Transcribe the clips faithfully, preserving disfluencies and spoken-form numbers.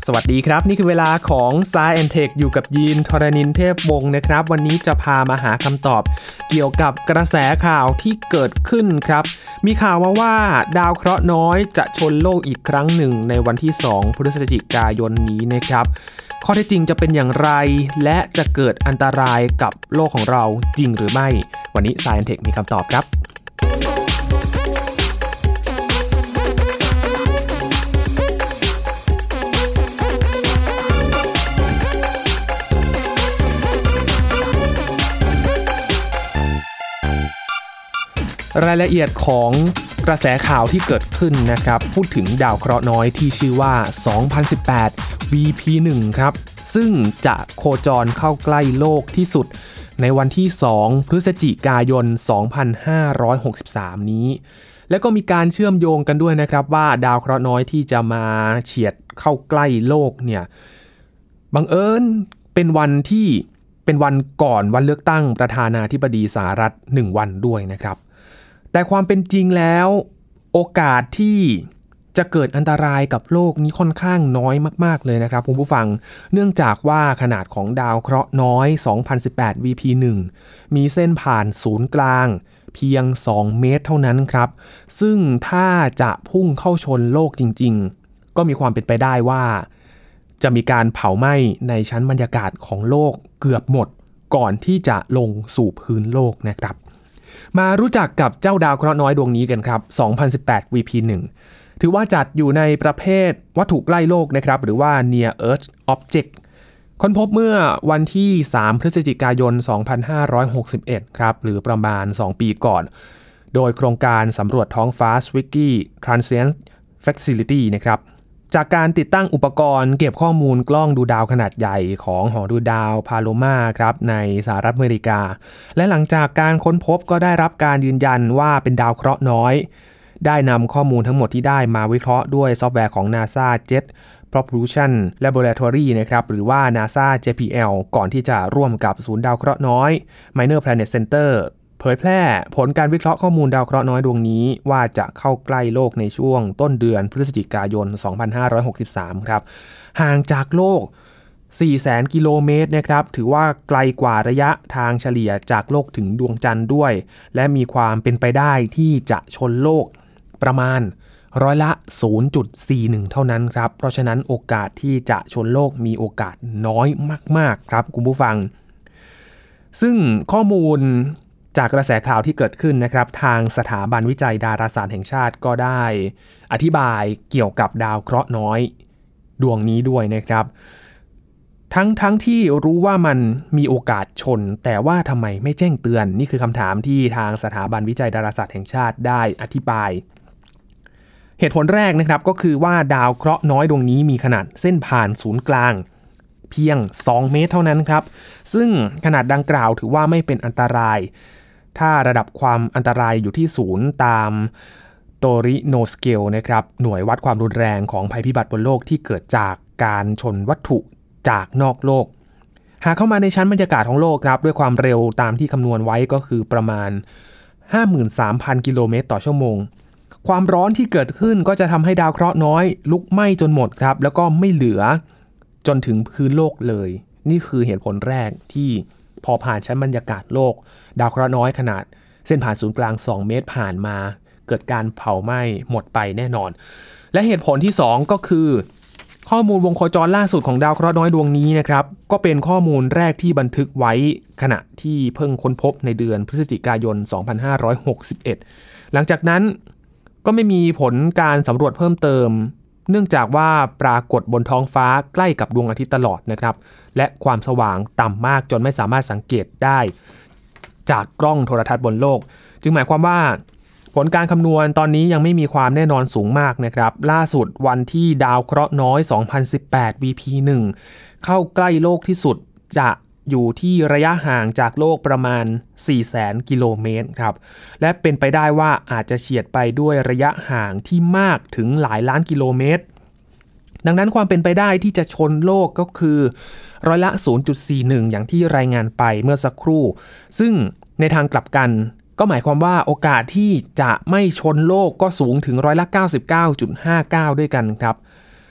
สวัสดีครับนี่คือเวลาของ Science แอนด์ Tech อยู่กับยีนทรณินเทพวงศ์นะครับวันนี้จะพามาหาคำตอบเกี่ยวกับกระแสข่าวที่เกิดขึ้นครับมีข่าวมาว่าดาวเคราะห์น้อยจะชนโลกอีกครั้งหนึ่งในวันที่สองพฤศจิกายนนี้นะครับข้อเท็จจริงจะเป็นอย่างไรและจะเกิดอันตรายกับโลกของเราจริงหรือไม่วันนี้ Science แอนด์ Tech มีคำตอบครับรายละเอียดของกระแสข่าวที่เกิดขึ้นนะครับพูดถึงดาวเคราะห์น้อยที่ชื่อว่าสองพันสิบแปด วี พี หนึ่ง ครับซึ่งจะโคจรเข้าใกล้โลกที่สุดในวันที่สองพฤศจิกายนสองพันห้าร้อยหกสิบสามนี้และก็มีการเชื่อมโยงกันด้วยนะครับว่าดาวเคราะห์น้อยที่จะมาเฉียดเข้าใกล้โลกเนี่ยบังเอิญเป็นวันที่เป็นวันก่อนวันเลือกตั้งประธานาธิบดีสหรัฐหนึ่งวันด้วยนะครับแต่ความเป็นจริงแล้วโอกาสที่จะเกิดอันตรายกับโลกนี้ค่อนข้างน้อยมากๆเลยนะครับคุณผู้ฟังเนื่องจากว่าขนาดของดาวเคราะห์น้อยสองพันสิบแปด วี พี หนึ่ง มีเส้นผ่านศูนย์กลางเพียงสองเมตรเท่านั้นครับซึ่งถ้าจะพุ่งเข้าชนโลกจริงๆก็มีความเป็นไปได้ว่าจะมีการเผาไหม้ในชั้นบรรยากาศของโลกเกือบหมดก่อนที่จะลงสู่พื้นโลกนะครับมารู้จักกับเจ้าดาวเคราะห์น้อยดวงนี้กันครับสองพันสิบแปด วี พี หนึ่ง ถือว่าจัดอยู่ในประเภทวัตถุใกล้โลกนะครับหรือว่า Near Earth Object ค้นพบเมื่อวันที่สามพฤศจิกายนสองพันห้าร้อยหกสิบเอ็ดครับหรือประมาณสองปีก่อนโดยโครงการสำรวจท้องฟ้า Zwicky Transient Facility นะครับจากการติดตั้งอุปกรณ์เก็บข้อมูลกล้องดูดาวขนาดใหญ่ของหอดูดาวพาโลมาครับในสหรัฐอเมริกาและหลังจากการค้นพบก็ได้รับการยืนยันว่าเป็นดาวเคราะห์น้อยได้นำข้อมูลทั้งหมดที่ได้มาวิเคราะห์ด้วยซอฟต์แวร์ของ NASA Jet Propulsion Laboratory นะครับหรือว่า NASA เจ พี แอล ก่อนที่จะร่วมกับศูนย์ดาวเคราะห์น้อย Minor Planet Centerเผยแพร่ผลการวิเคราะห์ข้อมูลดาวเคราะห์น้อยดวงนี้ว่าจะเข้าใกล้โลกในช่วงต้นเดือนพฤศจิกายนสองพันห้าร้อยหกสิบสามครับห่างจากโลก สี่แสน กิโลเมตรนะครับถือว่าไกลกว่าระยะทางเฉลี่ยจากโลกถึงดวงจันทร์ด้วยและมีความเป็นไปได้ที่จะชนโลกประมาณร้อยละ ศูนย์จุดสี่หนึ่ง เท่านั้นครับเพราะฉะนั้นโอกาสที่จะชนโลกมีโอกาสน้อยมากๆครับคุณผู้ฟังซึ่งข้อมูลจากกระแสข่าวที่เกิดขึ้นนะครับทางสถาบันวิจัยดาราศาสตร์แห่งชาติก็ได้อธิบายเกี่ยวกับดาวเคราะห์น้อยดวงนี้ด้วยนะครับทั้งทั้งที่รู้ว่ามันมีโอกาสชนแต่ว่าทำไมไม่แจ้งเตือนนี่คือคำถามที่ทางสถาบันวิจัยดาราศาสตร์แห่งชาติได้อธิบายเหตุผลแรกนะครับก็คือว่าดาวเคราะห์น้อยดวงนี้มีขนาดเส้นผ่านศูนย์กลางเพียงสองเมตรเท่านั้นครับซึ่งขนาดดังกล่าวถือว่าไม่เป็นอันตรายถ้าระดับความอันตรายอยู่ที่ศูนย์ตามโตริโนสเกลนะครับหน่วยวัดความรุนแรงของภัยพิบัติบนโลกที่เกิดจากการชนวัตถุจากนอกโลกหากเข้ามาในชั้นบรรยากาศของโลกครับด้วยความเร็วตามที่คำนวณไว้ก็คือประมาณ ห้าหมื่นสามพัน กิโลเมตรต่อชั่วโมงความร้อนที่เกิดขึ้นก็จะทำให้ดาวเคราะห์น้อยลุกไหม้จนหมดครับแล้วก็ไม่เหลือจนถึงพื้นโลกเลยนี่คือเหตุผลแรกที่พอผ่านชั้นบรรยากาศโลกดาวเคราะห์น้อยขนาดเส้นผ่านศูนย์กลางสองเมตรผ่านมาเกิดการเผาไหม้หมดไปแน่นอนและเหตุผลที่สองก็คือข้อมูลวงโคจรล่าสุดของดาวเคราะห์น้อยดวงนี้นะครับก็เป็นข้อมูลแรกที่บันทึกไว้ขณะที่เพิ่งค้นพบในเดือนพฤศจิกายนสองพันห้าร้อยหกสิบเอ็ดหลังจากนั้นก็ไม่มีผลการสำรวจเพิ่มเติมเนื่องจากว่าปรากฏบนท้องฟ้าใกล้กับดวงอาทิตย์ตลอดนะครับและความสว่างต่ำมากจนไม่สามารถสังเกตได้จากกล้องโทรทัศน์บนโลกจึงหมายความว่าผลการคำนวณตอนนี้ยังไม่มีความแน่นอนสูงมากนะครับล่าสุดวันที่ดาวเคราะห์น้อยสองพันสิบแปด วี พี หนึ่ง เข้าใกล้โลกที่สุดจะอยู่ที่ระยะห่างจากโลกประมาณ สี่แสน กิโลเมตรครับและเป็นไปได้ว่าอาจจะเฉียดไปด้วยระยะห่างที่มากถึงหลายล้านกิโลเมตรดังนั้นความเป็นไปได้ที่จะชนโลกก็คือร้อยละ ศูนย์จุดสี่หนึ่ง อย่างที่รายงานไปเมื่อสักครู่ซึ่งในทางกลับกันก็หมายความว่าโอกาสที่จะไม่ชนโลกก็สูงถึงร้อยละ เก้าสิบเก้าจุดห้าเก้า ด้วยกันครับ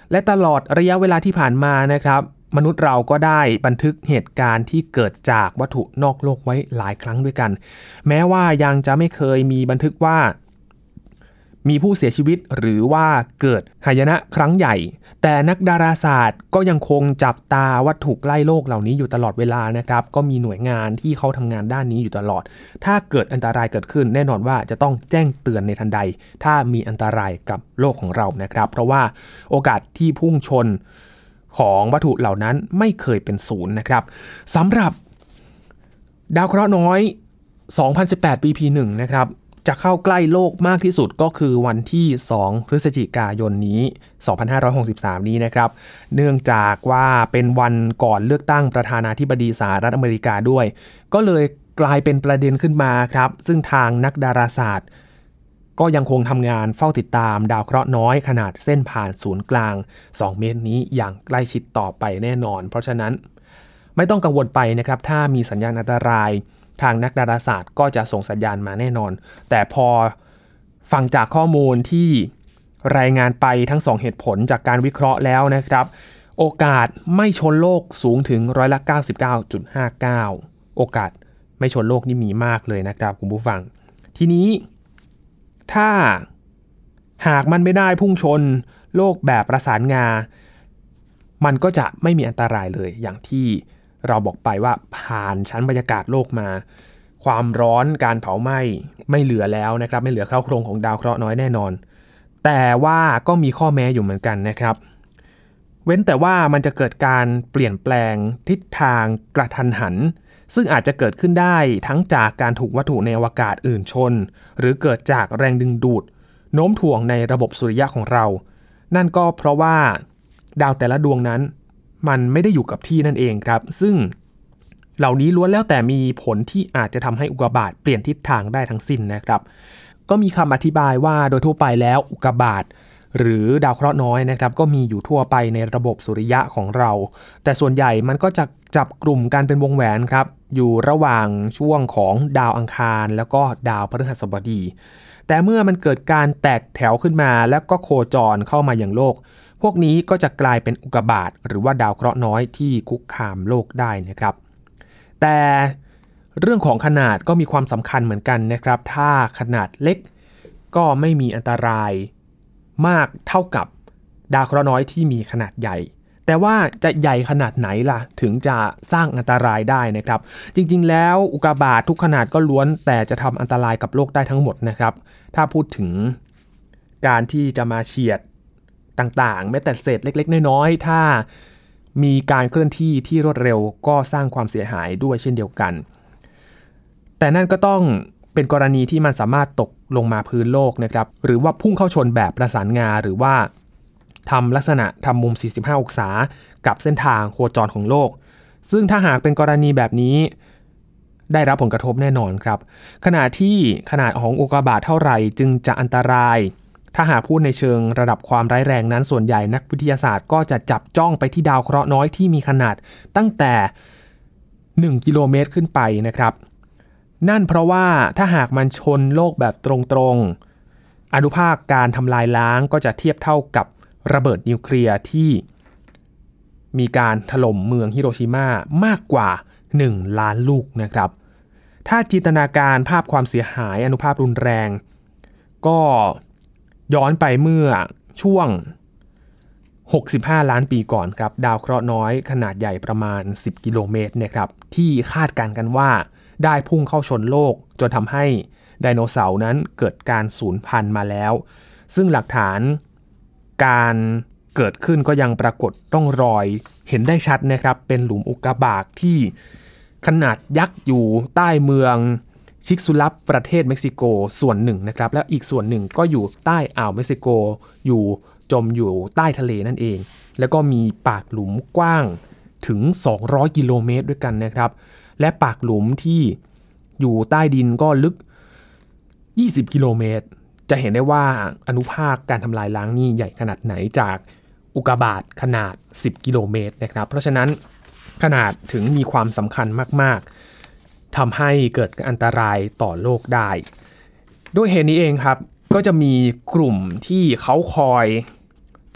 และตลอดระยะเวลาที่ผ่านมานะครับมนุษย์เราก็ได้บันทึกเหตุการณ์ที่เกิดจากวัตถุนอกโลกไว้หลายครั้งด้วยกันแม้ว่ายังจะไม่เคยมีบันทึกว่ามีผู้เสียชีวิตหรือว่าเกิดหายนะครั้งใหญ่แต่นักดาราศาสตร์ก็ยังคงจับตาวัตถุใกล้โลกเหล่านี้อยู่ตลอดเวลานะครับก็มีหน่วยงานที่เขาทำงานด้านนี้อยู่ตลอดถ้าเกิดอันตรายเกิดขึ้นแน่นอนว่าจะต้องแจ้งเตือนในทันใดถ้ามีอันตรายกับโลกของเรานะครับเพราะว่าโอกาสที่พุ่งชนของวัตถุเหล่านั้นไม่เคยเป็นศูนย์นะครับสำหรับดาวเคราะห์น้อยสองพันสิบแปด บี พี หนึ่ง นะครับจะเข้าใกล้โลกมากที่สุดก็คือวันที่สองพฤศจิกายนนี้สองพันห้าร้อยหกสิบสามนี้นะครับเนื่องจากว่าเป็นวันก่อนเลือกตั้งประธานาธิบดีสหรัฐอเมริกาด้วยก็เลยกลายเป็นประเด็นขึ้นมาครับซึ่งทางนักดาราศาสตร์ก็ยังคงทำงานเฝ้าติดตามดาวเคราะห์น้อยขนาดเส้นผ่านศูนย์กลางสองเมตรนี้อย่างใกล้ชิดต่อไปแน่นอนเพราะฉะนั้นไม่ต้องกังวลไปนะครับถ้ามีสัญญาณอันตรายทางนักดาราศาสตร์ก็จะส่งสัญญาณมาแน่นอนแต่พอฟังจากข้อมูลที่รายงานไปทั้งสองเหตุผลจากการวิเคราะห์แล้วนะครับโอกาสไม่ชนโลกสูงถึงร้อยละ เก้าสิบเก้าจุดห้าเก้า โอกาสไม่ชนโลกนี่มีมากเลยนะครับคุณผู้ฟังทีนี้ถ้าหากมันไม่ได้พุ่งชนโลกแบบประสานงามันก็จะไม่มีอันตรายเลยอย่างที่เราบอกไปว่าผ่านชั้นบรรยากาศโลกมาความร้อนการเผาไหม้ไม่เหลือแล้วนะครับไม่เหลือเข้าโครงของดาวเคราะห์น้อยแน่นอนแต่ว่าก็มีข้อแม้อยู่เหมือนกันนะครับเว้นแต่ว่ามันจะเกิดการเปลี่ยนแปลงทิศทางกระทันหันซึ่งอาจจะเกิดขึ้นได้ทั้งจากการถูกวัตถุในอวกาศอื่นชนหรือเกิดจากแรงดึงดูดโน้มถ่วงในระบบสุริยะของเรานั่นก็เพราะว่าดาวแต่ละดวงนั้นมันไม่ได้อยู่กับที่นั่นเองครับซึ่งเหล่านี้ล้วนแล้วแต่มีผลที่อาจจะทำให้อุกกาบาตเปลี่ยนทิศทางได้ทั้งสิ้นนะครับก็มีคำอธิบายว่าโดยทั่วไปแล้วอุกกาบาตหรือดาวเคราะห์น้อยนะครับก็มีอยู่ทั่วไปในระบบสุริยะของเราแต่ส่วนใหญ่มันก็จะจับกลุ่มกันเป็นวงแหวนครับอยู่ระหว่างช่วงของดาวอังคารแล้วก็ดาวพฤหัสบดีแต่เมื่อมันเกิดการแตกแถวขึ้นมาแล้วก็โคจรเข้ามาอย่างโลกพวกนี้ก็จะกลายเป็นอุกกาบาตหรือว่าดาวเคราะห์น้อยที่คุกคามโลกได้นะครับแต่เรื่องของขนาดก็มีความสำคัญเหมือนกันนะครับถ้าขนาดเล็กก็ไม่มีอันตรายมากเท่ากับดาวเคราะห์น้อยที่มีขนาดใหญ่แต่ว่าจะใหญ่ขนาดไหนล่ะถึงจะสร้างอันตรายได้นะครับจริงๆแล้วอุกกาบาตทุกขนาดก็ล้วนแต่จะทำอันตรายกับโลกได้ทั้งหมดนะครับถ้าพูดถึงการที่จะมาเฉียดต่างๆแม้แต่เศษเล็กๆน้อยๆถ้ามีการเคลื่อนที่ที่รวดเร็วก็สร้างความเสียหายด้วยเช่นเดียวกันแต่นั่นก็ต้องเป็นกรณีที่มันสามารถตกลงมาพื้นโลกนะครับหรือว่าพุ่งเข้าชนแบบประสานงาหรือว่าทำลักษณะทำมุมสี่สิบห้าองศากับเส้นทางโคจรของโลกซึ่งถ้าหากเป็นกรณีแบบนี้ได้รับผลกระทบแน่นอนครับขณะที่ขนาดของอุกกาบาตเท่าไหร่จึงจะอันตรายถ้าหากพูดในเชิงระดับความร้ายแรงนั้นส่วนใหญ่นักวิทยาศาสตร์ก็จะจับจ้องไปที่ดาวเคราะห์น้อยที่มีขนาดตั้งแต่หนึ่งกิโลเมตรขึ้นไปนะครับนั่นเพราะว่าถ้าหากมันชนโลกแบบตรงๆอานุภาคการทำลายล้างก็จะเทียบเท่ากับระเบิดนิวเคลียร์ที่มีการถล่มเมืองฮิโรชิมามากกว่าหนึ่งล้านลูกนะครับถ้าจินตนาการภาพความเสียหายอานุภาพรุนแรงก็ย้อนไปเมื่อช่วงหกสิบห้าล้านปีก่อนครับดาวเคราะห์น้อยขนาดใหญ่ประมาณสิบกิโลเมตรนะครับที่คาดการณ์กันว่าได้พุ่งเข้าชนโลกจนทำให้ไดโนเสาร์นั้นเกิดการสูญพันธุ์มาแล้วซึ่งหลักฐานการเกิดขึ้นก็ยังปรากฏร่องรอยเห็นได้ชัดนะครับเป็นหลุมอุกกาบาตที่ขนาดยักษ์อยู่ใต้เมืองชิกซุลับประเทศเม็กซิโกส่วนหนึ่งนะครับแล้วอีกส่วนหนึ่งก็อยู่ใต้อ่าวเม็กซิโกอยู่จมอยู่ใต้ทะเลนั่นเองแล้วก็มีปากหลุมกว้างถึงสองร้อยกิโลเมตรด้วยกันนะครับและปากหลุมที่อยู่ใต้ดินก็ลึกยี่สิบกิโลเมตรจะเห็นได้ว่าอานุภาคการทำลายล้างนี่ใหญ่ขนาดไหนจากอุกกาบาตขนาดสิบกิโลเมตรนะครับเพราะฉะนั้นขนาดถึงมีความสำคัญมากๆทำให้เกิดอันตรายต่อโลกได้ด้วยเหตุนี้เองครับก็จะมีกลุ่มที่เขาคอย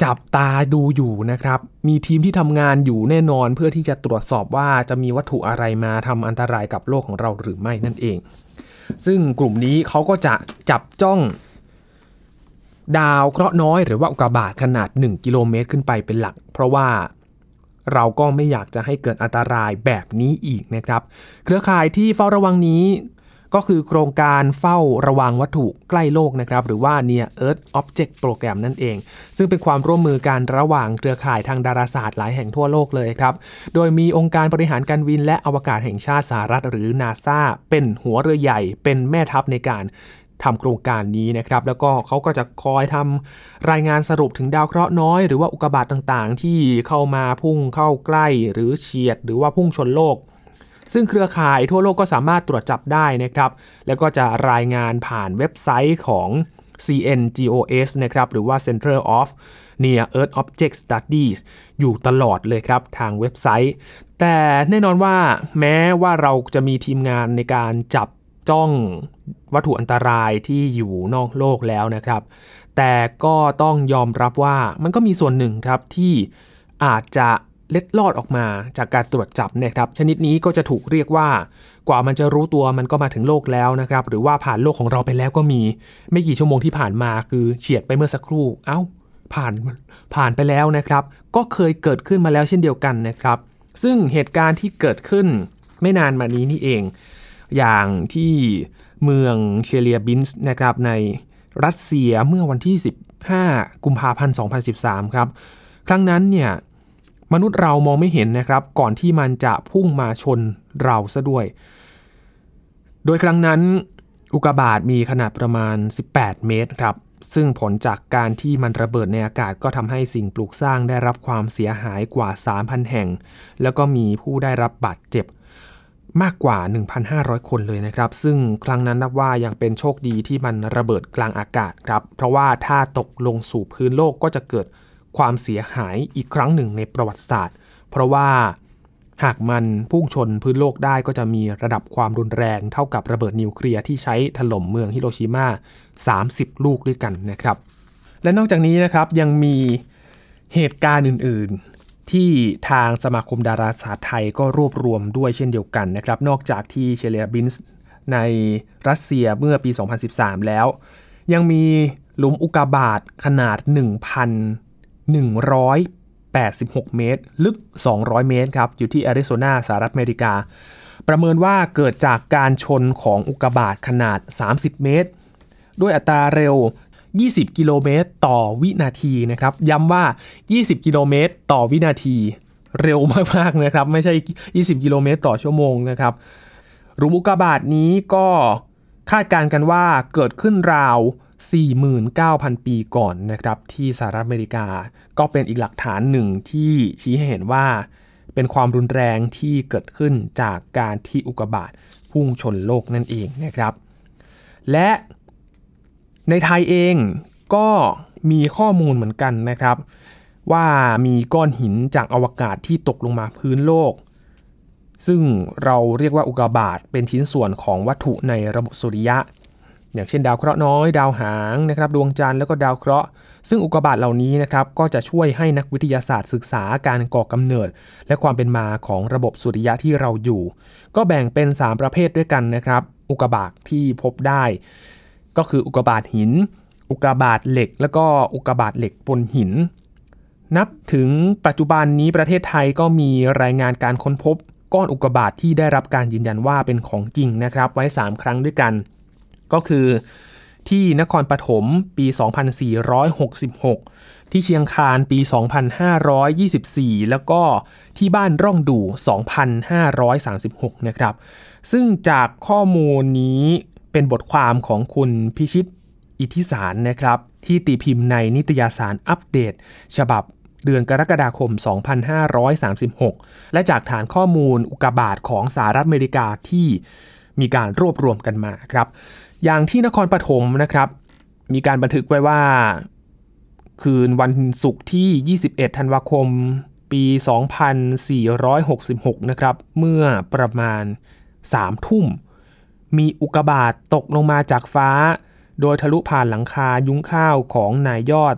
จับตาดูอยู่นะครับมีทีมที่ทำงานอยู่แน่นอนเพื่อที่จะตรวจสอบว่าจะมีวัตถุอะไรมาทำอันตรายกับโลกของเราหรือไม่นั่นเองซึ่งกลุ่มนี้เขาก็จะจับจ้องดาวเคราะห์น้อยหรือว่าอุกกาบาตขนาดหนึ่งกิโลเมตรขึ้นไปเป็นหลักเพราะว่าเราก็ไม่อยากจะให้เกิดอันตรายแบบนี้อีกนะครับเครือข่ายที่เฝ้าระวังนี้ก็คือโครงการเฝ้าระวังวัตถุใกล้โลกนะครับหรือว่า Near Earth Object Program นั่นเองซึ่งเป็นความร่วมมือกันระหว่างเครือข่ายทางดาราศาสตร์หลายแห่งทั่วโลกเลยครับโดยมีองค์การบริหารการบินและอวกาศแห่งชาติสหรัฐหรือ NASA เป็นหัวเรือใหญ่เป็นแม่ทัพในการทำโครงการนี้นะครับแล้วก็เขาก็จะคอยทำรายงานสรุปถึงดาวเคราะห์น้อยหรือว่าอุกกาบาตต่างๆที่เข้ามาพุ่งเข้าใกล้หรือเฉียดหรือว่าพุ่งชนโลกซึ่งเครือข่ายทั่วโลกก็สามารถตรวจจับได้นะครับแล้วก็จะรายงานผ่านเว็บไซต์ของ ซี เอ็น จี โอ เอส นะครับหรือว่า Center of Near Earth Object Studies อยู่ตลอดเลยครับทางเว็บไซต์แต่แน่นอนว่าแม้ว่าเราจะมีทีมงานในการจับจ้องวัตถุอันตรายที่อยู่นอกโลกแล้วนะครับแต่ก็ต้องยอมรับว่ามันก็มีส่วนหนึ่งครับที่อาจจะเล็ดลอดออกมาจากการตรวจจับนะครับชนิดนี้ก็จะถูกเรียกว่ากว่ามันจะรู้ตัวมันก็มาถึงโลกแล้วนะครับหรือว่าผ่านโลกของเราไปแล้วก็มีไม่กี่ชั่วโมงที่ผ่านมาคือเฉียดไปเมื่อสักครู่เอ้าผ่านผ่านไปแล้วนะครับก็เคยเกิดขึ้นมาแล้วเช่นเดียวกันนะครับซึ่งเหตุการณ์ที่เกิดขึ้นไม่นานมานี้นี่เองอย่างที่เมืองเชเลียบินส์นะครับในรัสเซียเมื่อวันที่สิบห้ากุมภาพันธ์สองพันสิบสามครับครั้งนั้นเนี่ยมนุษย์เรามองไม่เห็นนะครับก่อนที่มันจะพุ่งมาชนเราซะด้วยโดยครั้งนั้นอุกกาบาตมีขนาดประมาณสิบแปดเมตรครับซึ่งผลจากการที่มันระเบิดในอากาศก็ทำให้สิ่งปลูกสร้างได้รับความเสียหายกว่า สามพัน แห่งแล้วก็มีผู้ได้รับบาดเจ็บมากกว่า หนึ่งพันห้าร้อย คนเลยนะครับซึ่งครั้งนั้นนับว่ายังเป็นโชคดีที่มันระเบิดกลางอากาศครับเพราะว่าถ้าตกลงสู่พื้นโลกก็จะเกิดความเสียหายอีกครั้งหนึ่งในประวัติศาสตร์เพราะว่าหากมันพุ่งชนพื้นโลกได้ก็จะมีระดับความรุนแรงเท่ากับระเบิดนิวเคลียร์ที่ใช้ถล่มเมืองฮิโรชิมาสามสิบลูกด้วยกันนะครับและนอกจากนี้นะครับยังมีเหตุการณ์อื่นๆที่ทางสมาคมดาราศาสตร์ไทยก็รวบรวมด้วยเช่นเดียวกันนะครับนอกจากที่เชเลียบินส์ในรัสเซียเมื่อปีสองพันสิบสามแล้วยังมีหลุมอุกกาบาตขนาด หนึ่งพันหนึ่งร้อยแปดสิบหก เมตรลึกสองร้อยเมตรครับอยู่ที่แอริโซนาสหรัฐอเมริกาประเมินว่าเกิดจากการชนของอุกกาบาตขนาดสามสิบเมตรด้วยอัตราเร็วยี่สิบกิโลเมตรต่อวินาทีนะครับย้ำว่ายี่สิบกิโลเมตรต่อวินาทีเร็วมากๆนะครับไม่ใช่ยี่สิบกิโลเมตรต่อชั่วโมงนะครับหลุมอุกกาบาตนี้ก็คาดการณ์กันว่าเกิดขึ้นราวสี่หมื่นเก้าพัน ปีก่อนนะครับที่สหรัฐอเมริกาก็เป็นอีกหลักฐานหนึ่งที่ชี้ให้เห็นว่าเป็นความรุนแรงที่เกิดขึ้นจากการที่อุกกาบาตพุ่งชนโลกนั่นเองนะครับและในไทยเองก็มีข้อมูลเหมือนกันนะครับว่ามีก้อนหินจากอวกาศที่ตกลงมาพื้นโลกซึ่งเราเรียกว่าอุกกาบาตเป็นชิ้นส่วนของวัตถุในระบบสุริยะอย่างเช่นดาวเคราะห์น้อยดาวหางนะครับดวงจันทร์แล้วก็ดาวเคราะห์ซึ่งอุกกาบาตเหล่านี้นะครับก็จะช่วยให้นักวิทยาศาสตร์ศึกษาการก่อกำเนิดและความเป็นมาของระบบสุริยะที่เราอยู่ก็แบ่งเป็นสามประเภทด้วยกันนะครับอุกกาบาตที่พบได้ก็คืออุกกาบาตหินอุกกาบาตเหล็กแล้วก็อุกกาบาตเหล็กปนหินนับถึงปัจจุบันนี้ประเทศไทยก็มีรายงานการค้นพบก้อนอุกกาบาตที่ได้รับการยืนยันว่าเป็นของจริงนะครับไว้สามครั้งด้วยกันก็คือที่นครปฐมปีสองพันสี่ร้อยหกสิบหกที่เชียงคานปีสองพันห้าร้อยยี่สิบสี่แล้วก็ที่บ้านร่องดู่สองพันห้าร้อยสามสิบหกนะครับซึ่งจากข้อมูลนี้เป็นบทความของคุณพิชิตอิทธิสารนะครับที่ตีพิมพ์ในนิตยสารอัปเดตฉบับเดือนกรกฎาคมสองพันห้าร้อยสามสิบหกและจากฐานข้อมูลอุกกาบาตของสหรัฐอเมริกาที่มีการรวบรวมกันมาครับอย่างที่นครปฐมนะครับมีการบันทึกไว้ว่าคืนวันศุกร์ที่ยี่สิบเอ็ดธันวาคมปีสองพันสี่ร้อยหกสิบหกนะครับเมื่อประมาณสามทุ่มมีอุกกาบาตตกลงมาจากฟ้าโดยทะลุผ่านหลังคายุ้งข้าวของนายยอด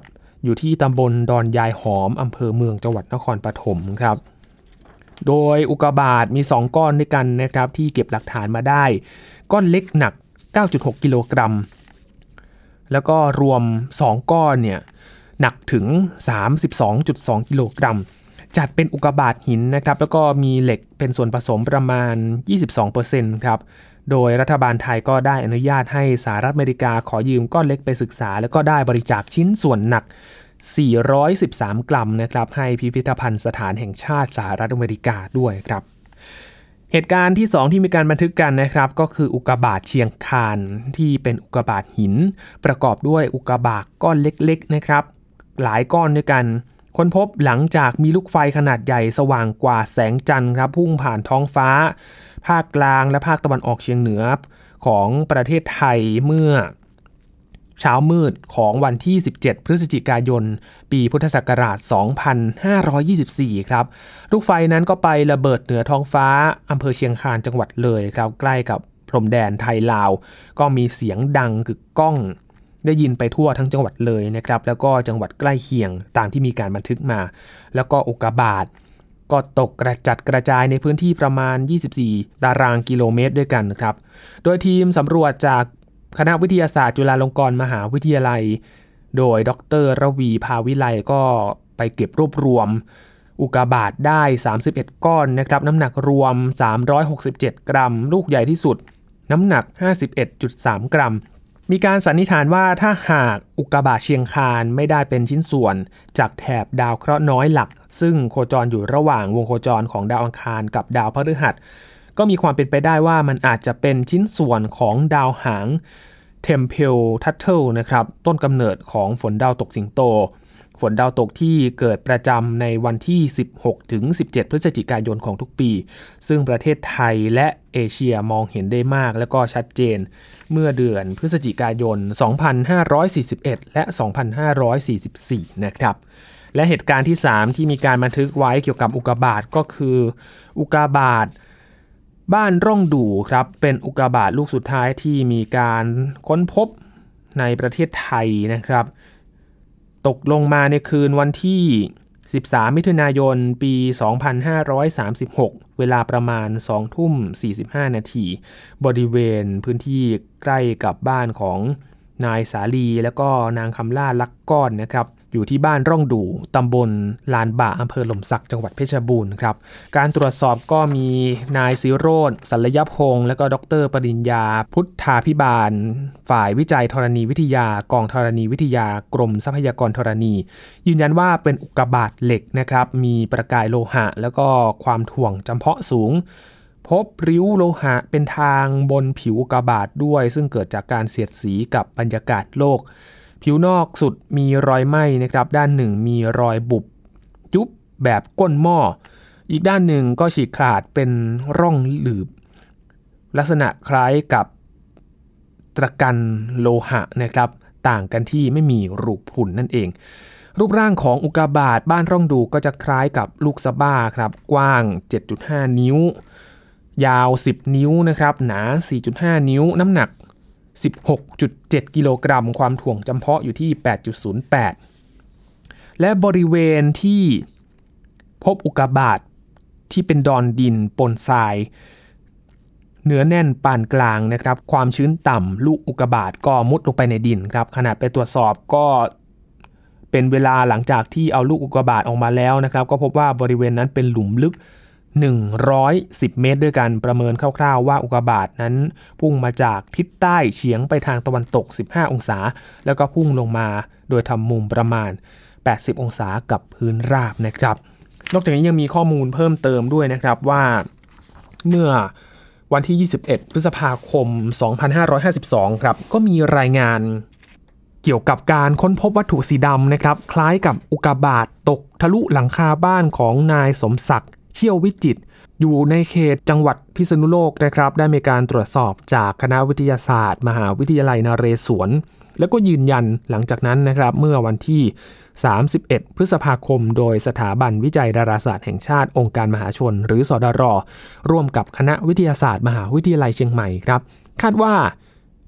อยู่ที่ตำบลดอนยายหอมอำเภอเมืองจังหวัดนครปฐมครับโดยอุกกาบาตมีสองก้อนด้วยกันนะครับที่เก็บหลักฐานมาได้ก้อนเล็กหนัก เก้าจุดหก กิโลกรัมแล้วก็รวมสองก้อนเนี่ยหนักถึง สามสิบสองจุดสอง กิโลกรัมจัดเป็นอุกกาบาตหินนะครับแล้วก็มีเหล็กเป็นส่วนผสมประมาณ ยี่สิบสองเปอร์เซ็นต์ ครับโดยรัฐบาลไทยก็ได้อนุญาตให้สหรัฐอเมริกาขอยืมก้อนเล็กไปศึกษาแล้วก็ได้บริจาคชิ้นส่วนหนักสี่ร้อยสิบสามกรัมนะครับให้พิพิธภัณฑ์สถานแห่งชาติสหรัฐอเมริกาด้วยครับเหตุการณ์ที่สองที่มีการบันทึกกันนะครับก็คืออุกกาบาตเชียงคานที่เป็นอุกกาบาตหินประกอบด้วยอุกกาบาตก้อนเล็กๆนะครับหลายก้อนด้วยกันค้นพบหลังจากมีลูกไฟขนาดใหญ่สว่างกว่าแสงจันทร์ครับพุ่งผ่านท้องฟ้าภาคกลางและภาคตะวันออกเฉียงเหนือของประเทศไทยเมื่อเช้ามืดของวันที่สิบเจ็ดพฤศจิกายนปีพุทธศักราชสองพันห้าร้อยยี่สิบสี่ครับลูกไฟนั้นก็ไประเบิดเหนือท้องฟ้าอำเภอเชียงคานจังหวัดเลยครับใกล้กับพรมแดนไทยลาวก็มีเสียงดังกึกก้องได้ยินไปทั่วทั้งจังหวัดเลยนะครับแล้วก็จังหวัดใกล้เคียงตามที่มีการบันทึกมาแล้วก็อุกกาบาตก็ตกกระจัดกระจายในพื้นที่ประมาณยี่สิบสี่ตารางกิโลเมตรด้วยกันครับโดยทีมสำรวจจากคณะวิทยาศาสตร์จุฬาลงกรณ์มหาวิทยาลัยโดยดร.ระวีภาวิไลก็ไปเก็บรวบรวมอุกกาบาตได้สามสิบเอ็ดก้อนนะครับน้ำหนักรวมสามร้อยหกสิบเจ็ดกรัมลูกใหญ่ที่สุดน้ำหนัก ห้าสิบเอ็ดจุดสาม กรัมมีการสันนิษฐานว่าถ้าหากอุกกาบาตเชียงคานไม่ได้เป็นชิ้นส่วนจากแถบดาวเคราะห์น้อยหลักซึ่งโคจรอยู่ระหว่างวงโคจรของดาวอังคารกับดาวพฤหัสก็มีความเป็นไปได้ว่ามันอาจจะเป็นชิ้นส่วนของดาวหางTempel Turtle นะครับต้นกำเนิดของฝนดาวตกสิงโตฝนดาวตกที่เกิดประจำในวันที่สิบหกถึงสิบเจ็ดพฤศจิกายนของทุกปีซึ่งประเทศไทยและเอเชียมองเห็นได้มากและก็ชัดเจนเมื่อเดือนพฤศจิกายนสองพันห้าร้อยสี่สิบเอ็ดและสองพันห้าร้อยสี่สิบสี่นะครับและเหตุการณ์ที่สามที่มีการบันทึกไว้เกี่ยวกับอุกกาบาตก็คืออุกกาบาตบ้านร่องดู่ครับเป็นอุกกาบาตลูกสุดท้ายที่มีการค้นพบในประเทศไทยนะครับตกลงมาในคืนวันที่สิบสามมิถุนายนปีสองพันห้าร้อยสามสิบหกเวลาประมาณ สองทุ่มสี่สิบห้า นาทีบริเวณพื้นที่ใกล้กับบ้านของนายสาลีและก็นางคำล่าลักก้อนนะครับอยู่ที่บ้านร่องดู่ตำบลลานบ่าอำเภอหล่มสักจังหวัดเพชรบูรณ์ครับการตรวจสอบก็มีนายศิโรจน์สัลยพงษ์และก็ดร.ปริญญาพุทธาภิบาลฝ่ายวิจัยธรณีวิทยากองธรณีวิทยากรมทรัพยากรธรณียืนยันว่าเป็นอุกกาบาตเหล็กนะครับมีประกายโลหะแล้วก็ความถ่วงจำเพาะสูงพบริ้วโลหะเป็นทางบนผิวอุกกาบาตด้วยซึ่งเกิดจากการเสียดสีกับบรรยากาศโลกผิวนอกสุดมีรอยไหม้นะครับด้านหนึ่งมีรอยบุบยุบแบบก้นหม้ออีกด้านหนึ่งก็ฉีกขาดเป็นร่องหลืบลักษณะคล้ายกับตะกันโลหะนะครับต่างกันที่ไม่มีรูพุนนั่นเองรูปร่างของอุกกาบาตบ้านร่องดูก็จะคล้ายกับลูกสะบ้าครับกว้าง เจ็ดจุดห้า นิ้วยาวสิบนิ้วนะครับหนา สี่จุดห้า นิ้วน้ำหนักสิบหกจุดเจ็ด กิโลกรัมความถ่วงจำเพาะอยู่ที่ แปดจุดศูนย์แปด และบริเวณที่พบอุกกาบาตที่เป็นดอนดินปนทรายเนื้อแน่นปานกลางนะครับความชื้นต่ำลูกอุกกาบาตก็มุดลงไปในดินครับขณะไปตรวจสอบก็เป็นเวลาหลังจากที่เอาลูกอุกกาบาตออกมาแล้วนะครับก็พบว่าบริเวณนั้นเป็นหลุมลึกหนึ่งร้อยสิบเมตรด้วยกันประเมินคร่าวๆว่าอุกกาบาตนั้นพุ่งมาจากทิศใต้เฉียงไปทางตะวันตกสิบห้าองศาแล้วก็พุ่งลงมาโดยทำมุมประมาณแปดสิบองศากับพื้นราบนะครับนอกจากนี้ยังมีข้อมูลเพิ่มเติมด้วยนะครับว่าเมื่อวันที่ยี่สิบเอ็ดพฤษภาคมสองพันห้าร้อยห้าสิบสองครับก็มีรายงานเกี่ยวกับการค้นพบวัตถุสีดำนะครับคล้ายกับอุกกาบาตตกทะลุหลังคาบ้านของนายสมศักดิ์เชี่ยววิจิตรอยู่ในเขตจังหวัดพิษณุโลกนะครับได้มีการตรวจสอบจากคณะวิทยาศาสตร์มหาวิทยาลัยนเรศวรแล้วก็ยืนยันหลังจากนั้นนะครับเมื่อวันที่สามสิบเอ็ดพฤษภาคมโดยสถาบันวิจัยดาราศาสตร์แห่งชาติองค์การมหาชนหรือสดร.ร่วมกับคณะวิทยาศาสตร์มหาวิทยาลัยเชียงใหม่ครับคาดว่า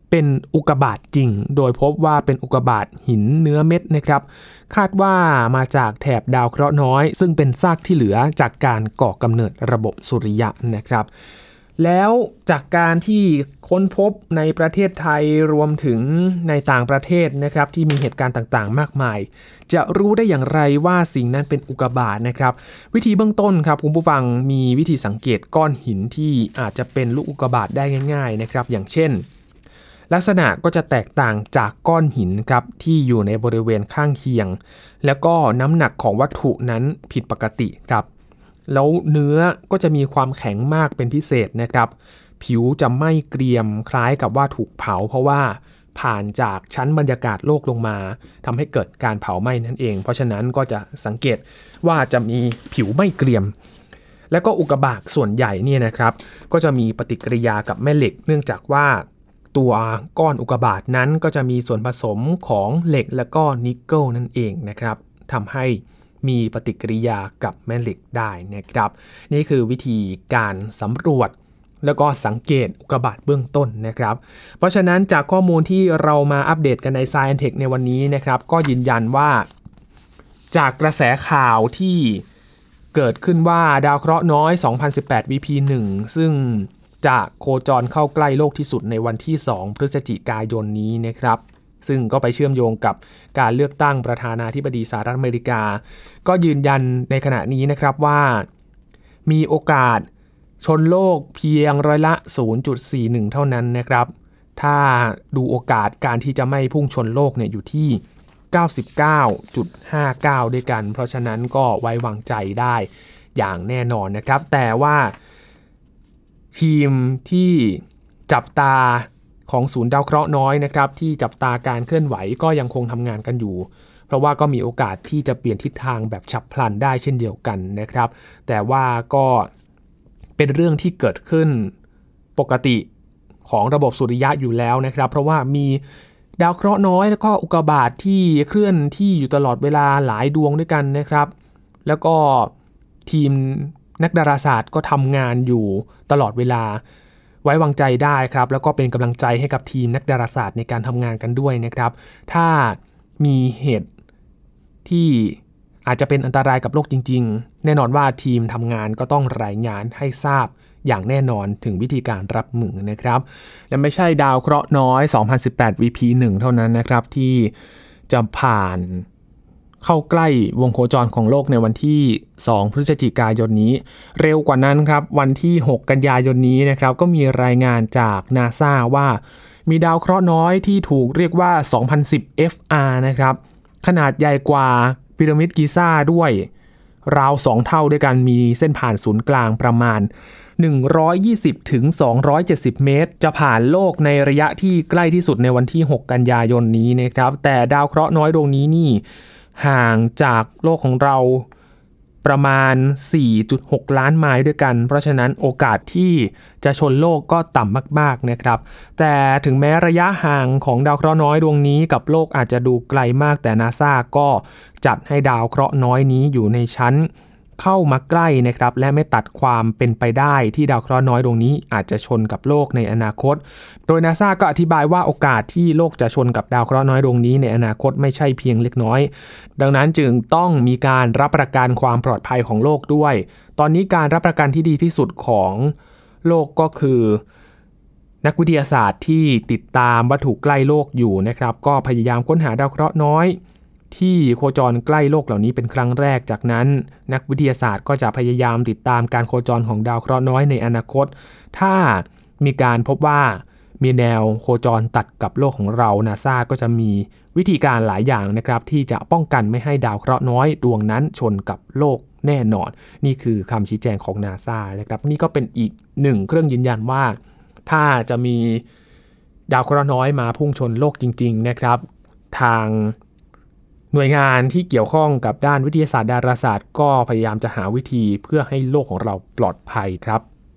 เป็นอุกกาบาตจริงโดยพบว่าเป็นอุกกาบาตหินเนื้อเม็ดนะครับคาดว่ามาจากแถบดาวเคราะห์น้อยซึ่งเป็นซากที่เหลือจากการก่อกำเนิดระบบสุริยะนะครับแล้วจากการที่ค้นพบในประเทศไทยรวมถึงในต่างประเทศนะครับที่มีเหตุการณ์ต่างๆมากมายจะรู้ได้อย่างไรว่าสิ่งนั้นเป็นอุกกาบาตนะครับวิธีเบื้องต้นครับคุณผู้ฟังมีวิธีสังเกตก้อนหินที่อาจจะเป็นลูกอุกกาบาตได้ง่ายๆนะครับอย่างเช่นลักษณะก็จะแตกต่างจากก้อนหินครับที่อยู่ในบริเวณข้างเคียงแล้วก็น้ำหนักของวัตถุนั้นผิดปกติครับแล้วเนื้อก็จะมีความแข็งมากเป็นพิเศษนะครับผิวจะไม่เกรียมคล้ายกับว่าถูกเผาเพราะว่าผ่านจากชั้นบรรยากาศโลกลงมาทำให้เกิดการเผาไหม้นั่นเองเพราะฉะนั้นก็จะสังเกตว่าจะมีผิวไม่เกรียมแล้วก็อุกกาบาตส่วนใหญ่เนี่ยนะครับก็จะมีปฏิกิริยากับแม่เหล็กเนื่องจากว่าตัวก้อนอุกกาบาตนั้นก็จะมีส่วนผสมของเหล็กและก็นิกเกิลนั่นเองนะครับทำให้มีปฏิกิริยากับแม่เหล็กได้นะครับนี่คือวิธีการสำรวจแล้วก็สังเกตอุกกาบาตเบื้องต้นนะครับเพราะฉะนั้นจากข้อมูลที่เรามาอัปเดตกันใน Science Tech ในวันนี้นะครับก็ยืนยันว่าจากกระแสข่าวที่เกิดขึ้นว่าดาวเคราะห์น้อยสองพันสิบแปด วี พี หนึ่ง ซึ่งจะโคจรเข้าใกล้โลกที่สุดในวันที่สองพฤศจิกายนนี้นะครับซึ่งก็ไปเชื่อมโยงกับการเลือกตั้งประธานาธิบดีสหรัฐอเมริกาก็ยืนยันในขณะนี้นะครับว่ามีโอกาสชนโลกเพียงร้อยละ ศูนย์จุดสี่หนึ่ง เท่านั้นนะครับถ้าดูโอกาสการที่จะไม่พุ่งชนโลกเนี่ยอยู่ที่ เก้าสิบเก้าจุดห้าเก้า ด้วยกันเพราะฉะนั้นก็ไว้วางใจได้อย่างแน่นอนนะครับแต่ว่าทีมที่จับตาของศูนย์ดาวเคราะห์น้อยนะครับที่จับตาการเคลื่อนไหวก็ยังคงทำงานกันอยู่เพราะว่าก็มีโอกาสที่จะเปลี่ยนทิศทางแบบฉับพลันได้เช่นเดียวกันนะครับแต่ว่าก็เป็นเรื่องที่เกิดขึ้นปกติของระบบสุริยะอยู่แล้วนะครับเพราะว่ามีดาวเคราะห์น้อยแล้วก็อุกกาบาตที่เคลื่อนที่อยู่ตลอดเวลาหลายดวงด้วยกันนะครับแล้วก็ทีมนักดาราศาสตร์ก็ทำงานอยู่ตลอดเวลาไว้วางใจได้ครับแล้วก็เป็นกำลังใจให้กับทีมนักดาราศาสตร์ในการทำงานกันด้วยนะครับถ้ามีเหตุที่อาจจะเป็นอันตรายกับโลกจริงๆแน่นอนว่าทีมทำงานก็ต้องรายงานให้ทราบอย่างแน่นอนถึงวิธีการรับมือนะครับและไม่ใช่ดาวเคราะห์น้อยสองพันสิบแปด วี พี หนึ่ง เท่านั้นนะครับที่จะผ่านเข้าใกล้วงโคจรของโลกในวันที่สองพฤศจิกายนนี้เร็วกว่านั้นครับวันที่หกกันยายนนี้นะครับก็มีรายงานจาก NASA ว่ามีดาวเคราะห์น้อยที่ถูกเรียกว่าสองพันสิบ เอฟ อาร์ นะครับขนาดใหญ่กว่าพีระมิดกิซ่าด้วยราวสองเท่าด้วยกันมีเส้นผ่านศูนย์กลางประมาณหนึ่งร้อยยี่สิบถึงสองร้อยเจ็ดสิบเมตรจะผ่านโลกในระยะที่ใกล้ที่สุดในวันที่หกกันยายนนี้นะครับแต่ดาวเคราะห์น้อยดวงนี้นี่ห่างจากโลกของเราประมาณ สี่จุดหก ล้านไมล์ด้วยกันเพราะฉะนั้นโอกาสที่จะชนโลกก็ต่ำมากๆนะครับแต่ถึงแม้ระยะห่างของดาวเคราะห์น้อยดวงนี้กับโลกอาจจะดูไกลมากแต่ NASA ก็จัดให้ดาวเคราะห์น้อยนี้อยู่ในชั้นเข้ามาใกล้นะครับและไม่ตัดความเป็นไปได้ที่ดาวเคราะห์น้อยดวงนี้อาจจะชนกับโลกในอนาคตโดย NASA ก็อธิบายว่าโอกาสที่โลกจะชนกับดาวเคราะห์น้อยดวงนี้ในอนาคตไม่ใช่เพียงเล็กน้อยดังนั้นจึงต้องมีการรับประกันความปลอดภัยของโลกด้วยตอนนี้การรับประกันที่ดีที่สุดของโลกก็คือนักวิทยาศาสตร์ที่ติดตามวัตถุใกล้โลกอยู่นะครับก็พยายามค้นหาดาวเคราะห์น้อยที่โคจรใกล้โลกเหล่านี้เป็นครั้งแรกจากนั้นนักวิทยาศาสตร์ก็จะพยายามติดตามการโคจรของดาวเคราะห์น้อยในอนาคตถ้ามีการพบว่ามีแนวโคจรตัดกับโลกของเรา NASA ก็จะมีวิธีการหลายอย่างนะครับที่จะป้องกันไม่ให้ดาวเคราะห์น้อยดวงนั้นชนกับโลกแน่นอนนี่คือคำชี้แจงของ NASA นะครับนี่ก็เป็นอีกหนึ่งเครื่องยืนยันว่าถ้าจะมีดาวเคราะห์น้อยมาพุ่งชนโลกจริงๆนะครับทางหน่วยงานที่เกี่ยวข้องกับด้านวิทยาศาสตร์ดาราศาสตร์ก็พยายามจะหาวิธีเพื่อให้โลกของเราปลอดภัยครับ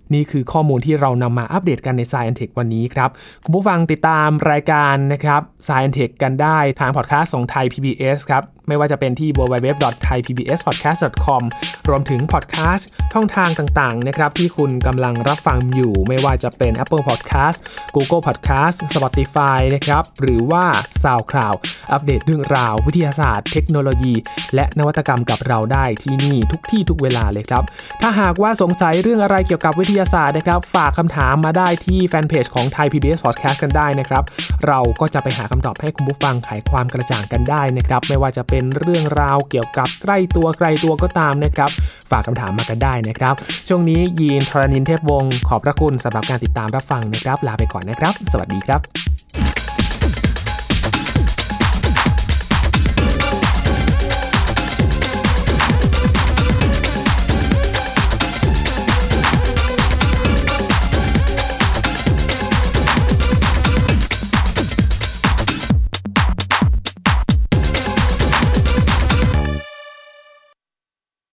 นี่คือข้อมูลที่เรานำมาอัปเดตกันใน Science Tech วันนี้ครับคุณผู้ฟังติดตามรายการนะครับ Science Tech กันได้ทางพอดแคสต์ของไทย พี บี เอส ครับไม่ว่าจะเป็นที่ ดับเบิลยู ดับเบิลยู ดับเบิลยู ดอท ไทย พี บี เอส พอดแคสต์ ดอท คอม รวมถึงพอดแคสต์ช่องทางต่างๆนะครับที่คุณกำลังรับฟังอยู่ไม่ว่าจะเป็น Apple Podcast Google Podcast Spotify นะครับหรือว่า SoundCloud อัปเดตเรื่องราววิทยาศาสตร์เทคโนโลยีและนวัตกรรมกับเราได้ที่นี่ทุกที่ทุกเวลาเลยครับถ้าหากว่าสงสัยเรื่องอะไรเกี่ยวกับวิทยาศาสตร์นะครับฝากคำถามมาได้ที่แฟนเพจของ Thai พี บี เอส Podcast กันได้นะครับเราก็จะไปหาคำตอบให้คุณผู้ฟังไขความกระจ่างกันได้นะครับไม่ว่าจะเป็นเรื่องราวเกี่ยวกับใกล้ตัวไกลตัวก็ตามนะครับฝากคำถามมากันได้นะครับช่วงนี้ยีนทรณินเทพวงศ์ขอบพระคุณสำหรับการติดตามรับฟังนะครับลาไปก่อนนะครับสวัสดีครับ